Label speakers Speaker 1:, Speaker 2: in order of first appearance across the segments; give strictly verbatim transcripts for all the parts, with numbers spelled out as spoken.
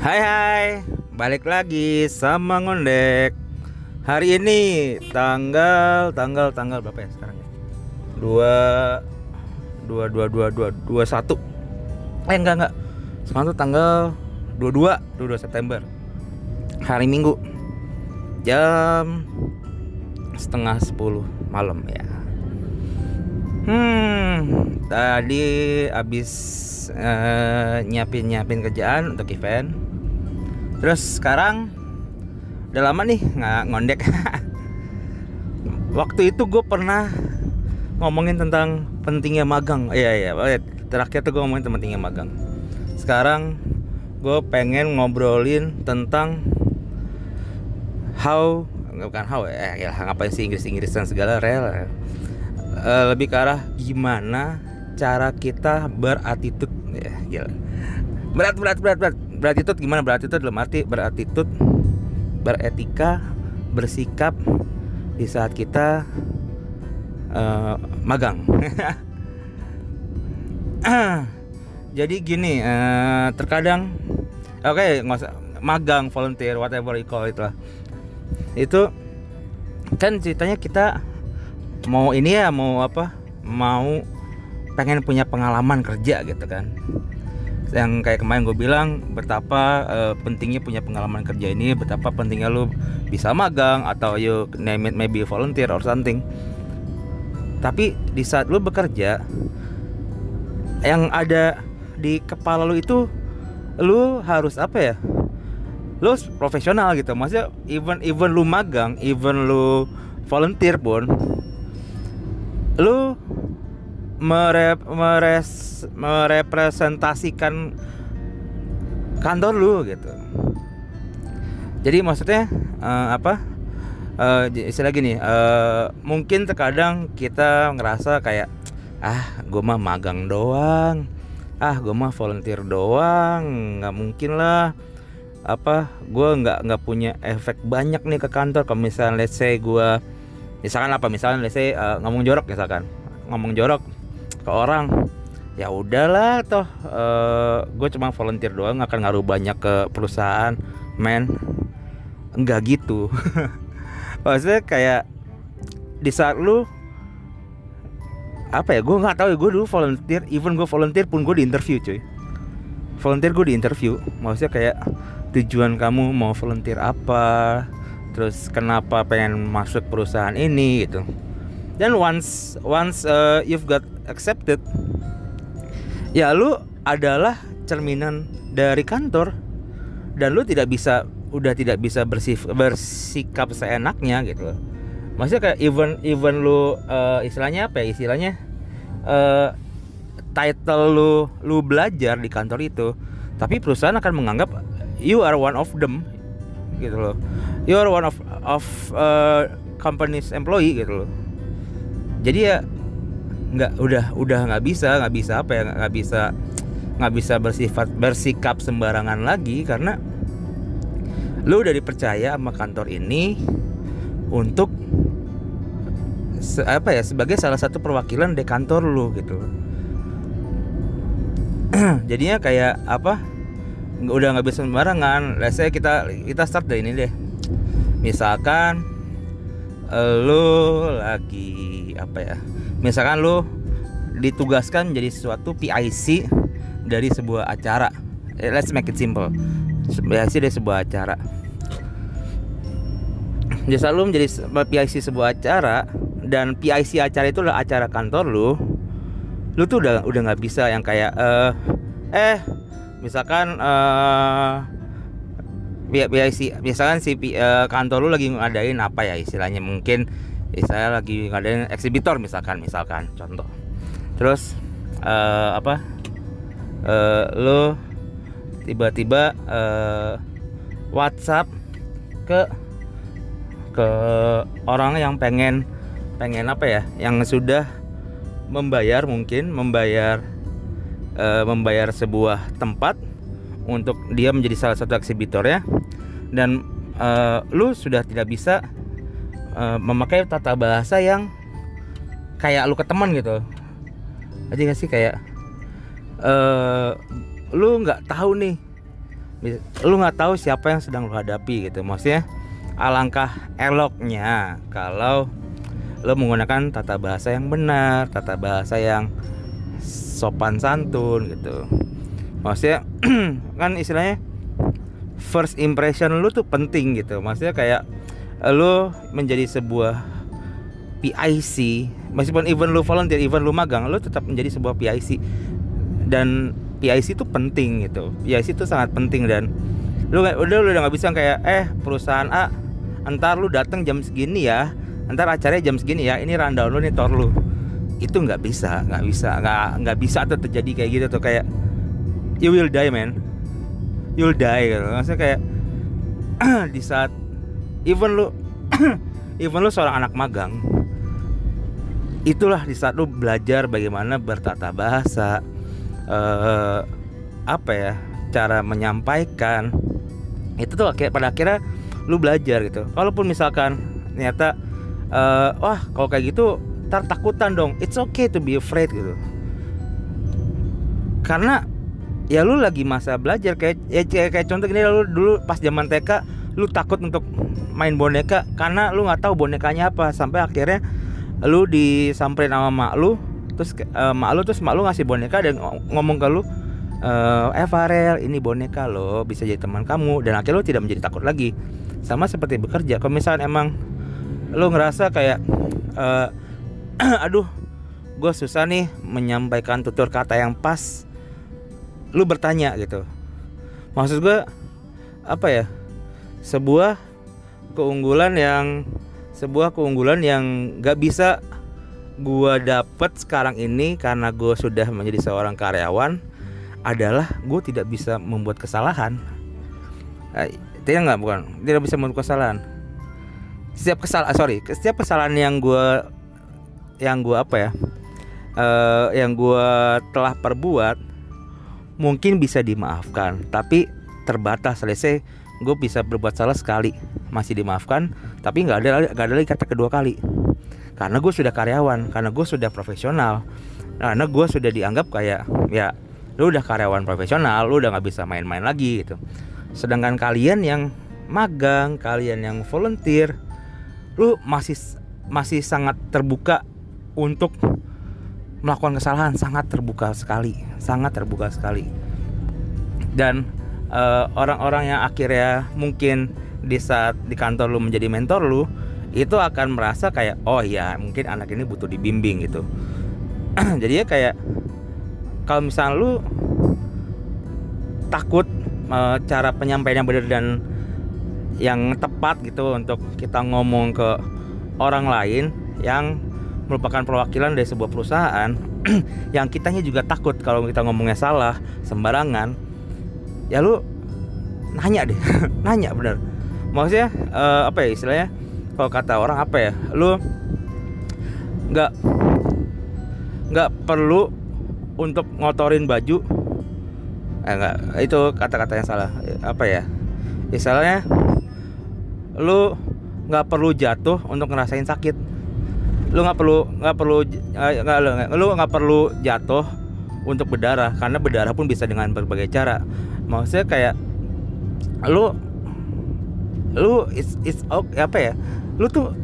Speaker 1: Hai hai, balik lagi sama Ngondek. Hari ini tanggal tanggal tanggal berapa ya sekarang ya? Dua dua dua dua dua dua satu. Eh enggak enggak. Sekarang tuh tanggal dua dua dua dua September. Hari Minggu. Jam setengah sepuluh malam ya. Hmm, tadi abis uh, nyiapin nyiapin kerjaan untuk event. Terus sekarang udah lama nih nggak ngondek. Waktu itu gue pernah ngomongin tentang pentingnya magang. Iya iya. Terakhir tuh gue ngomongin tentang pentingnya magang. Sekarang gue pengen ngobrolin tentang how, bukan how ya, ya ngapain sih Inggris-Inggrisan segala rel. Uh, lebih ke arah gimana cara kita beratitude ya, gila. Berat berat berat berat beratitude gimana beratitude dalam arti beratitude beretika bersikap di saat kita uh, magang. Jadi gini, uh, terkadang oke okay, nggak usah magang, volunteer, whatever you call it lah. Itu kan ceritanya kita mau ini ya, mau apa, mau pengen punya pengalaman kerja gitu kan. Yang kayak kemarin gue bilang betapa uh, pentingnya punya pengalaman kerja ini, betapa pentingnya lu bisa magang atau you name it, maybe volunteer or something. Tapi di saat lu bekerja, yang ada di kepala lu itu lu harus apa ya, lu profesional gitu. Maksudnya even even lu magang, even lu volunteer pun lu mere, meres, merepresentasikan kantor lu gitu. Jadi maksudnya uh, apa? Uh, istilah gini, uh, mungkin terkadang kita ngerasa kayak ah, gue mah magang doang, ah, gue mah volunteer doang, nggak mungkin lah. Apa? Gue nggak nggak punya efek banyak nih ke kantor. Kalau misalnya let's say gue misalkan apa misalnya let's say uh, ngomong jorok misalkan ngomong jorok ke orang, ya udahlah toh uh, gue cuma volunteer doang, akan ngaruh banyak ke perusahaan, men. Enggak gitu. Maksudnya kayak di saat lu apa ya, gue nggak tahu ya, gue dulu volunteer, even gue volunteer pun gue di interview cuy. Volunteer gue di interview, maksudnya kayak tujuan kamu mau volunteer apa, terus kenapa pengen masuk perusahaan ini gitu. Dan once once uh, you've got accepted, ya lu adalah cerminan dari kantor, dan lu tidak bisa udah tidak bisa bersif, bersikap seenaknya gitu. Maksudnya kayak even even lu uh, istilahnya apa ya, istilahnya uh, title lu lu belajar di kantor itu, tapi perusahaan akan menganggap you are one of them gitu loh. You are one of of uh, company's employee gitu loh. Jadi ya nggak udah udah nggak bisa nggak bisa apa ya nggak bisa nggak bisa bersifat bersikap sembarangan lagi, karena lu udah dipercaya sama kantor ini untuk se, apa ya sebagai salah satu perwakilan di kantor lu gitu. Jadinya kayak apa, udah nggak bisa sembarangan. Let's say kita kita start dari ini deh. Misalkan lu lagi apa ya, misalkan lu ditugaskan menjadi suatu P I C dari sebuah acara. Let's make it simple. P I C dari sebuah acara. Jasa lu menjadi P I C sebuah acara, dan P I C acara itu adalah acara kantor lu. Lu tuh udah udah nggak bisa yang kayak uh, eh misalkan uh, P I C, misalkan si uh, kantor lu lagi ngadain apa ya istilahnya, mungkin saya lagi ngadain eksibitor misalkan misalkan contoh. Terus uh, apa uh, lu tiba-tiba uh, WhatsApp ke ke orang yang pengen pengen apa ya, yang sudah membayar mungkin membayar uh, membayar sebuah tempat untuk dia menjadi salah satu eksibitor ya, dan uh, lu sudah tidak bisa uh, memakai tata bahasa yang kayak lu ke teman gitu aja gak sih, kayak uh, lu nggak tahu nih lu nggak tahu siapa yang sedang lu hadapi gitu. Maksudnya alangkah eloknya kalau lu menggunakan tata bahasa yang benar, tata bahasa yang sopan santun gitu. Maksudnya kan istilahnya first impression lu tuh penting gitu. Maksudnya kayak lu menjadi sebuah P I C, meskipun even lu volunteer, even lu magang, lu tetap menjadi sebuah P I C. Dan P I C itu penting gitu. P I C itu sangat penting. Dan lu udah lu udah nggak bisa kayak eh perusahaan A, entar lu datang jam segini ya, entar acaranya jam segini ya, ini rundown lu nih, tour lu. Itu nggak bisa, nggak bisa, nggak nggak bisa tuh terjadi kayak gitu tuh. Kayak you will die man, you'll die gitu. Maksudnya kayak di saat even lu even lu seorang anak magang, itulah di saat lu belajar bagaimana bertata bahasa, eh, apa ya, cara menyampaikan. Itu tuh kayak pada akhirnya lu belajar gitu. Kalaupun misalkan ternyata eh, wah kalau kayak gitu tar takutan dong, it's okay to be afraid gitu. Karena ya lu lagi masa belajar. Kayak ya, kayak, kayak contoh gini, lu dulu pas zaman T K lu takut untuk main boneka karena lu nggak tahu bonekanya apa, sampai akhirnya lu disamperin sama mak lu, terus uh, mak lu terus mak lu ngasih boneka dan ngomong ke lu, eh Farel, ini boneka lo, bisa jadi teman kamu. Dan akhirnya lu tidak menjadi takut lagi. Sama seperti bekerja. Kalau misalnya emang lu ngerasa kayak uh, aduh gue susah nih menyampaikan tutur kata yang pas, lu bertanya gitu. Maksud gue apa ya, sebuah keunggulan yang sebuah keunggulan yang gak bisa gue dapet sekarang ini karena gue sudah menjadi seorang karyawan adalah gue tidak bisa membuat kesalahan. Eh, tidak nggak bukan tidak bisa membuat kesalahan. Setiap kesalahan sorry setiap kesalahan yang gue yang gue apa ya uh, yang gue telah perbuat mungkin bisa dimaafkan, tapi terbatas. Selesai gue bisa berbuat salah sekali masih dimaafkan, tapi nggak ada nggak ada lagi kata kedua kali. Karena gue sudah karyawan, karena gue sudah profesional, karena gue sudah dianggap kayak ya lu udah karyawan profesional, lu udah nggak bisa main-main lagi gitu. Sedangkan kalian yang magang, kalian yang volunteer, lu masih masih sangat terbuka untuk melakukan kesalahan, sangat terbuka sekali, sangat terbuka sekali. Dan uh, orang-orang yang akhirnya mungkin di saat di kantor lu menjadi mentor lu, itu akan merasa kayak oh ya mungkin anak ini butuh dibimbing gitu. Jadi ya kayak kalau misalnya lu takut uh, cara penyampaiannya benar dan yang tepat gitu untuk kita ngomong ke orang lain yang merupakan perwakilan dari sebuah perusahaan yang kitanya juga takut kalau kita ngomongnya salah sembarangan, ya lu nanya deh. Nanya bener. Maksudnya uh, apa ya istilahnya, kalau kata orang apa ya, lu nggak nggak perlu untuk ngotorin baju. Eh enggak, itu kata-kata yang salah. Apa ya istilahnya, lu nggak perlu jatuh untuk ngerasain sakit. Lu nggak perlu nggak perlu nggak lu nggak perlu jatuh untuk berdarah, karena berdarah pun bisa dengan berbagai cara. Maksudnya kayak lu lu it's, it's okay, apa ya, lu tuh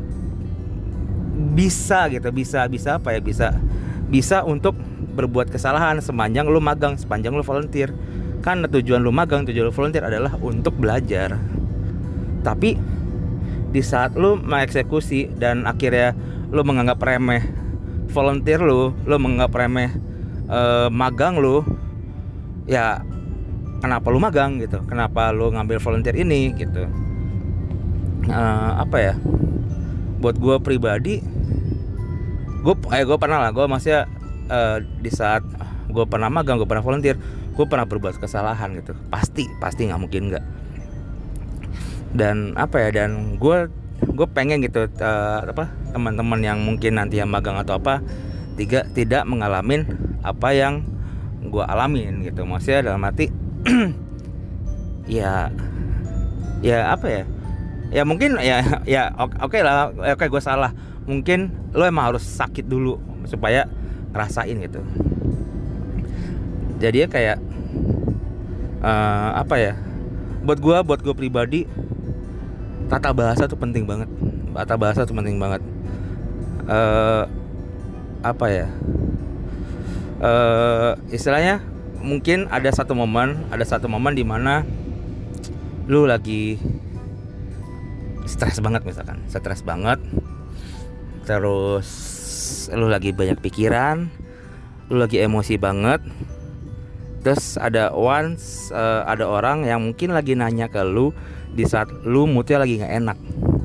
Speaker 1: bisa gitu, bisa bisa apa ya bisa bisa untuk berbuat kesalahan sepanjang lu magang, sepanjang lu volunteer. Kan tujuan lu magang, tujuan lu volunteer adalah untuk belajar. Tapi di saat lu mengeksekusi dan akhirnya lu menganggap remeh volunteer lu, lu menganggap remeh uh, magang lu, ya kenapa lu magang gitu? Kenapa lu ngambil volunteer ini gitu? Uh, apa ya? Buat gue pribadi, gue eh gue pernah lah, gue masih uh, di saat gue pernah magang, gue pernah volunteer, gue pernah berbuat kesalahan gitu. Pasti, pasti nggak mungkin nggak. Dan apa ya? Dan gue gue pengen gitu uh, apa teman-teman yang mungkin nanti yang magang atau apa tiga tidak mengalami apa yang gue alamin gitu. Maksudnya dalam arti ya ya apa ya ya mungkin ya ya oke okay lah, oke okay, gue salah, mungkin lo emang harus sakit dulu supaya ngerasain gitu. Jadi ya kayak uh, apa ya buat gua buat gua pribadi tata bahasa tuh penting banget. Tata bahasa tuh penting banget. Eh apa ya? Eh istilahnya mungkin ada satu momen, ada satu momen di mana lu lagi stres banget misalkan, stres banget. Terus lu lagi banyak pikiran, lu lagi emosi banget. Terus ada once uh, ada orang yang mungkin lagi nanya ke lu di saat lu moodnya lagi nggak enak.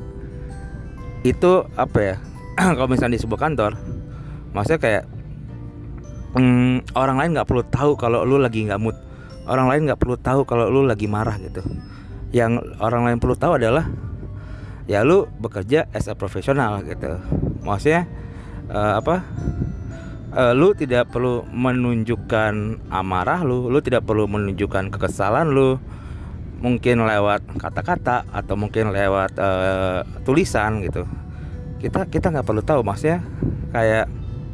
Speaker 1: Itu apa ya? Kalau misalnya di sebuah kantor, maksudnya kayak hmm, orang lain nggak perlu tahu kalau lu lagi nggak mood. Orang lain nggak perlu tahu kalau lu lagi marah gitu. Yang orang lain perlu tahu adalah ya lu bekerja as a profesional gitu. Maksudnya uh, apa? Uh, lu tidak perlu menunjukkan amarah lu, lu tidak perlu menunjukkan kekesalan lu, mungkin lewat kata-kata atau mungkin lewat uh, tulisan gitu. Kita kita nggak perlu tahu, maksudnya kayak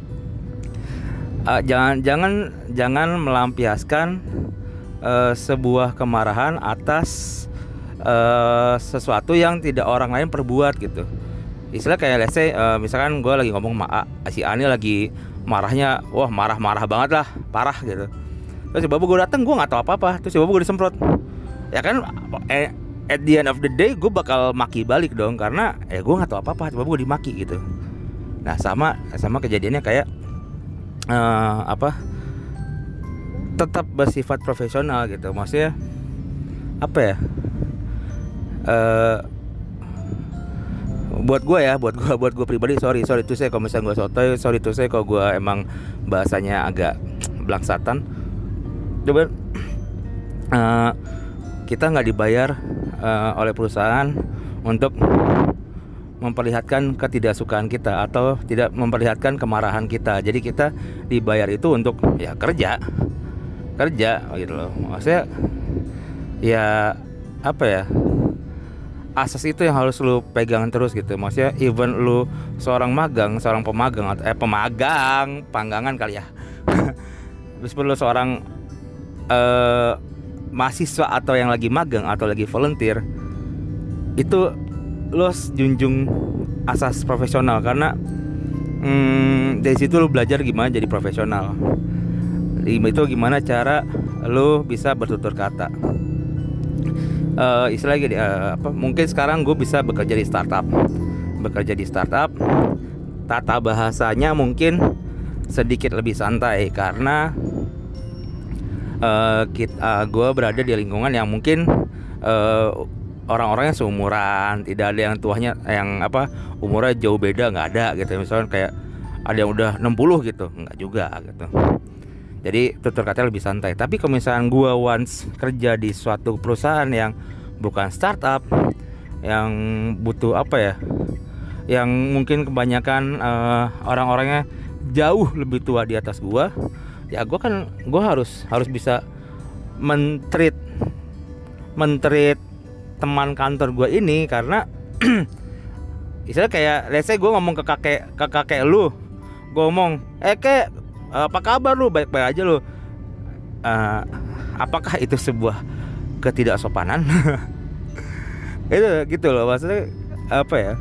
Speaker 1: uh, jangan jangan jangan melampiaskan uh, sebuah kemarahan atas uh, sesuatu yang tidak orang lain perbuat gitu. Istilah kayak let's say uh, misalkan gue lagi ngomong sama A, si A ini lagi marahnya, wah marah-marah banget lah, parah gitu. Terus tiba-tiba gue dateng, gue nggak tahu apa-apa, terus tiba-tiba gue disemprot. Ya kan, eh, at the end of the day gue bakal maki balik dong, karena eh gue nggak tahu apa-apa, tiba-tiba gue dimaki gitu. Nah sama sama kejadiannya kayak uh, apa? Tetap bersifat profesional gitu, maksudnya apa ya? Uh, buat gue ya, buat gue, buat gue pribadi, sorry, sorry tuh saya kalau misalnya gue sotoy, sorry tuh saya kalau gue emang bahasanya agak blangsatan. Coba uh, kita nggak dibayar uh, oleh perusahaan untuk memperlihatkan ketidaksukaan kita atau tidak memperlihatkan kemarahan kita. Jadi kita dibayar itu untuk ya kerja, kerja gitu loh. Maksudnya ya apa ya? Asas itu yang harus lu pegang terus gitu. Maksudnya even lu seorang magang, seorang pemagang atau eh pemagang, panggangan kali ya. Meskipun lu seorang eh, mahasiswa atau yang lagi magang atau lagi volunteer, itu lu junjung asas profesional, karena hmm, dari situ lu belajar gimana jadi profesional. Itu gimana cara lu bisa bertutur kata. Uh, istilahnya uh, apa? Mungkin sekarang gue bisa bekerja di startup, bekerja di startup. Tata bahasanya mungkin sedikit lebih santai karena uh, kita, uh, gue berada di lingkungan yang mungkin uh, orang-orangnya seumuran, tidak ada yang tuanya yang apa umurnya jauh beda, nggak ada gitu. Misalnya kayak ada yang udah enam puluh gitu, nggak juga gitu. Jadi tutur katanya lebih santai. Tapi kalau misalnya gue once kerja di suatu perusahaan yang bukan startup, yang butuh apa ya, yang mungkin kebanyakan uh, orang-orangnya jauh lebih tua di atas gue, ya gue kan gue harus harus bisa mentreat mentreat teman kantor gue ini, karena istilah kayak let's say gue ngomong ke kakek ke kakek lu, gue ngomong eh kek apa kabar lu, baik-baik aja lu. Uh, apakah itu sebuah ketidaksopanan? Itu gitu loh, maksudnya apa ya?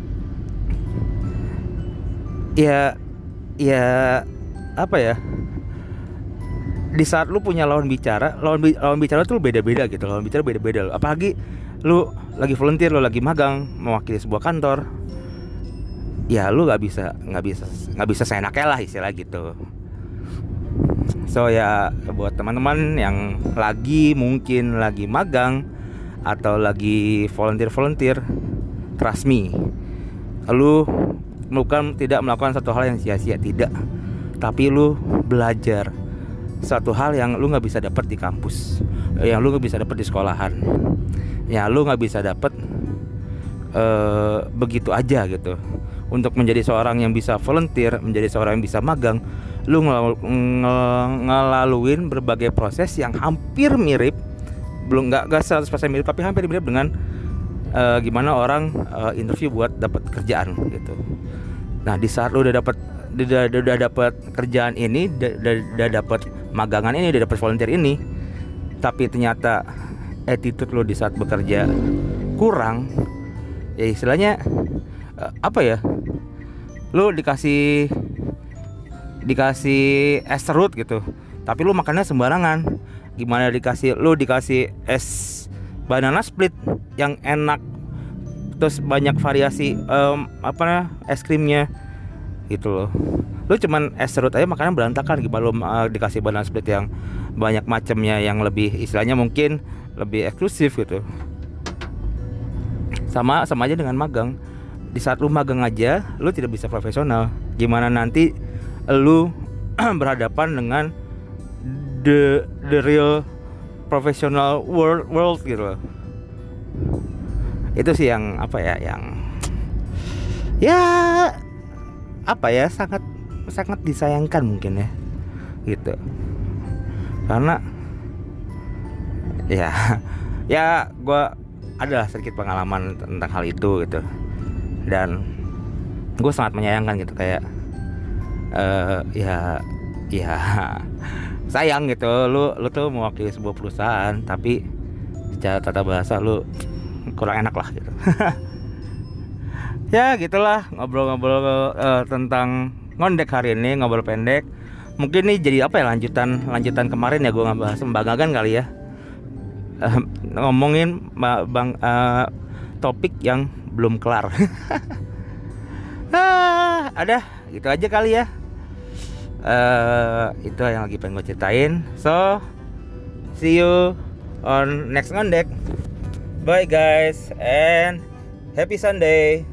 Speaker 1: Ya, ya apa ya? Di saat lu punya lawan bicara, lawan, bi- lawan bicara tuh beda-beda gitu, lawan bicara beda-beda loh. Apalagi lu lagi volunteer, lu lagi magang mewakili sebuah kantor, ya lu nggak bisa nggak bisa nggak bisa seenaknya lah, istilah gitu. So ya buat teman-teman yang lagi mungkin lagi magang atau lagi volunteer-volunteer, trust me, lu bukan tidak melakukan satu hal yang sia-sia, tidak, tapi lu belajar satu hal yang lu nggak bisa dapat di kampus, yang lu nggak bisa dapat di sekolahan, ya lu nggak bisa dapat uh, begitu aja gitu. Untuk menjadi seorang yang bisa volunteer, menjadi seorang yang bisa magang, lu ngel- ngel- ngelaluin berbagai proses yang hampir mirip, belum nggak nggak seratus persen mirip, tapi hampir mirip dengan uh, gimana orang uh, interview buat dapat kerjaan gitu. Nah di saat lu udah dapat udah udah dapat kerjaan ini, udah udah dapat magangan ini, udah dapat volunteer ini, tapi ternyata attitude lo di saat bekerja kurang, ya istilahnya uh, apa ya, lo dikasih dikasih es serut gitu, tapi lo makannya sembarangan. Gimana dikasih lo dikasih es banana split yang enak, terus banyak variasi um, apa nah, es krimnya gitu loh. Lo cuman es serut aja makannya berantakan, gimana lo uh, dikasih banana split yang banyak macamnya, yang lebih istilahnya mungkin lebih eksklusif gitu. Sama sama aja dengan magang. Di saat lu magang aja lu tidak bisa profesional, gimana nanti lu berhadapan dengan the the real professional world world gitu loh. Itu sih yang apa ya, yang ya apa ya, sangat sangat disayangkan mungkin ya gitu. Karena ya ya gue ada sedikit pengalaman tentang hal itu gitu, dan gue sangat menyayangkan gitu, kayak uh, ya ya sayang gitu, lu lu tuh mewakili sebuah perusahaan tapi secara tata bahasa lu kurang enak lah gitu. Ya gitulah ngobrol-ngobrol uh, tentang ngondek hari ini, ngobrol pendek. Mungkin nih jadi apa ya, lanjutan lanjutan kemarin ya, gue ngebahas pembagangan kali ya. Uh, ngomongin bang uh, topik yang belum kelar. ah, ada gitu aja kali ya. Uh, itu yang lagi pengen gue ceritain. So see you on next ngondek. Bye guys and happy Sunday.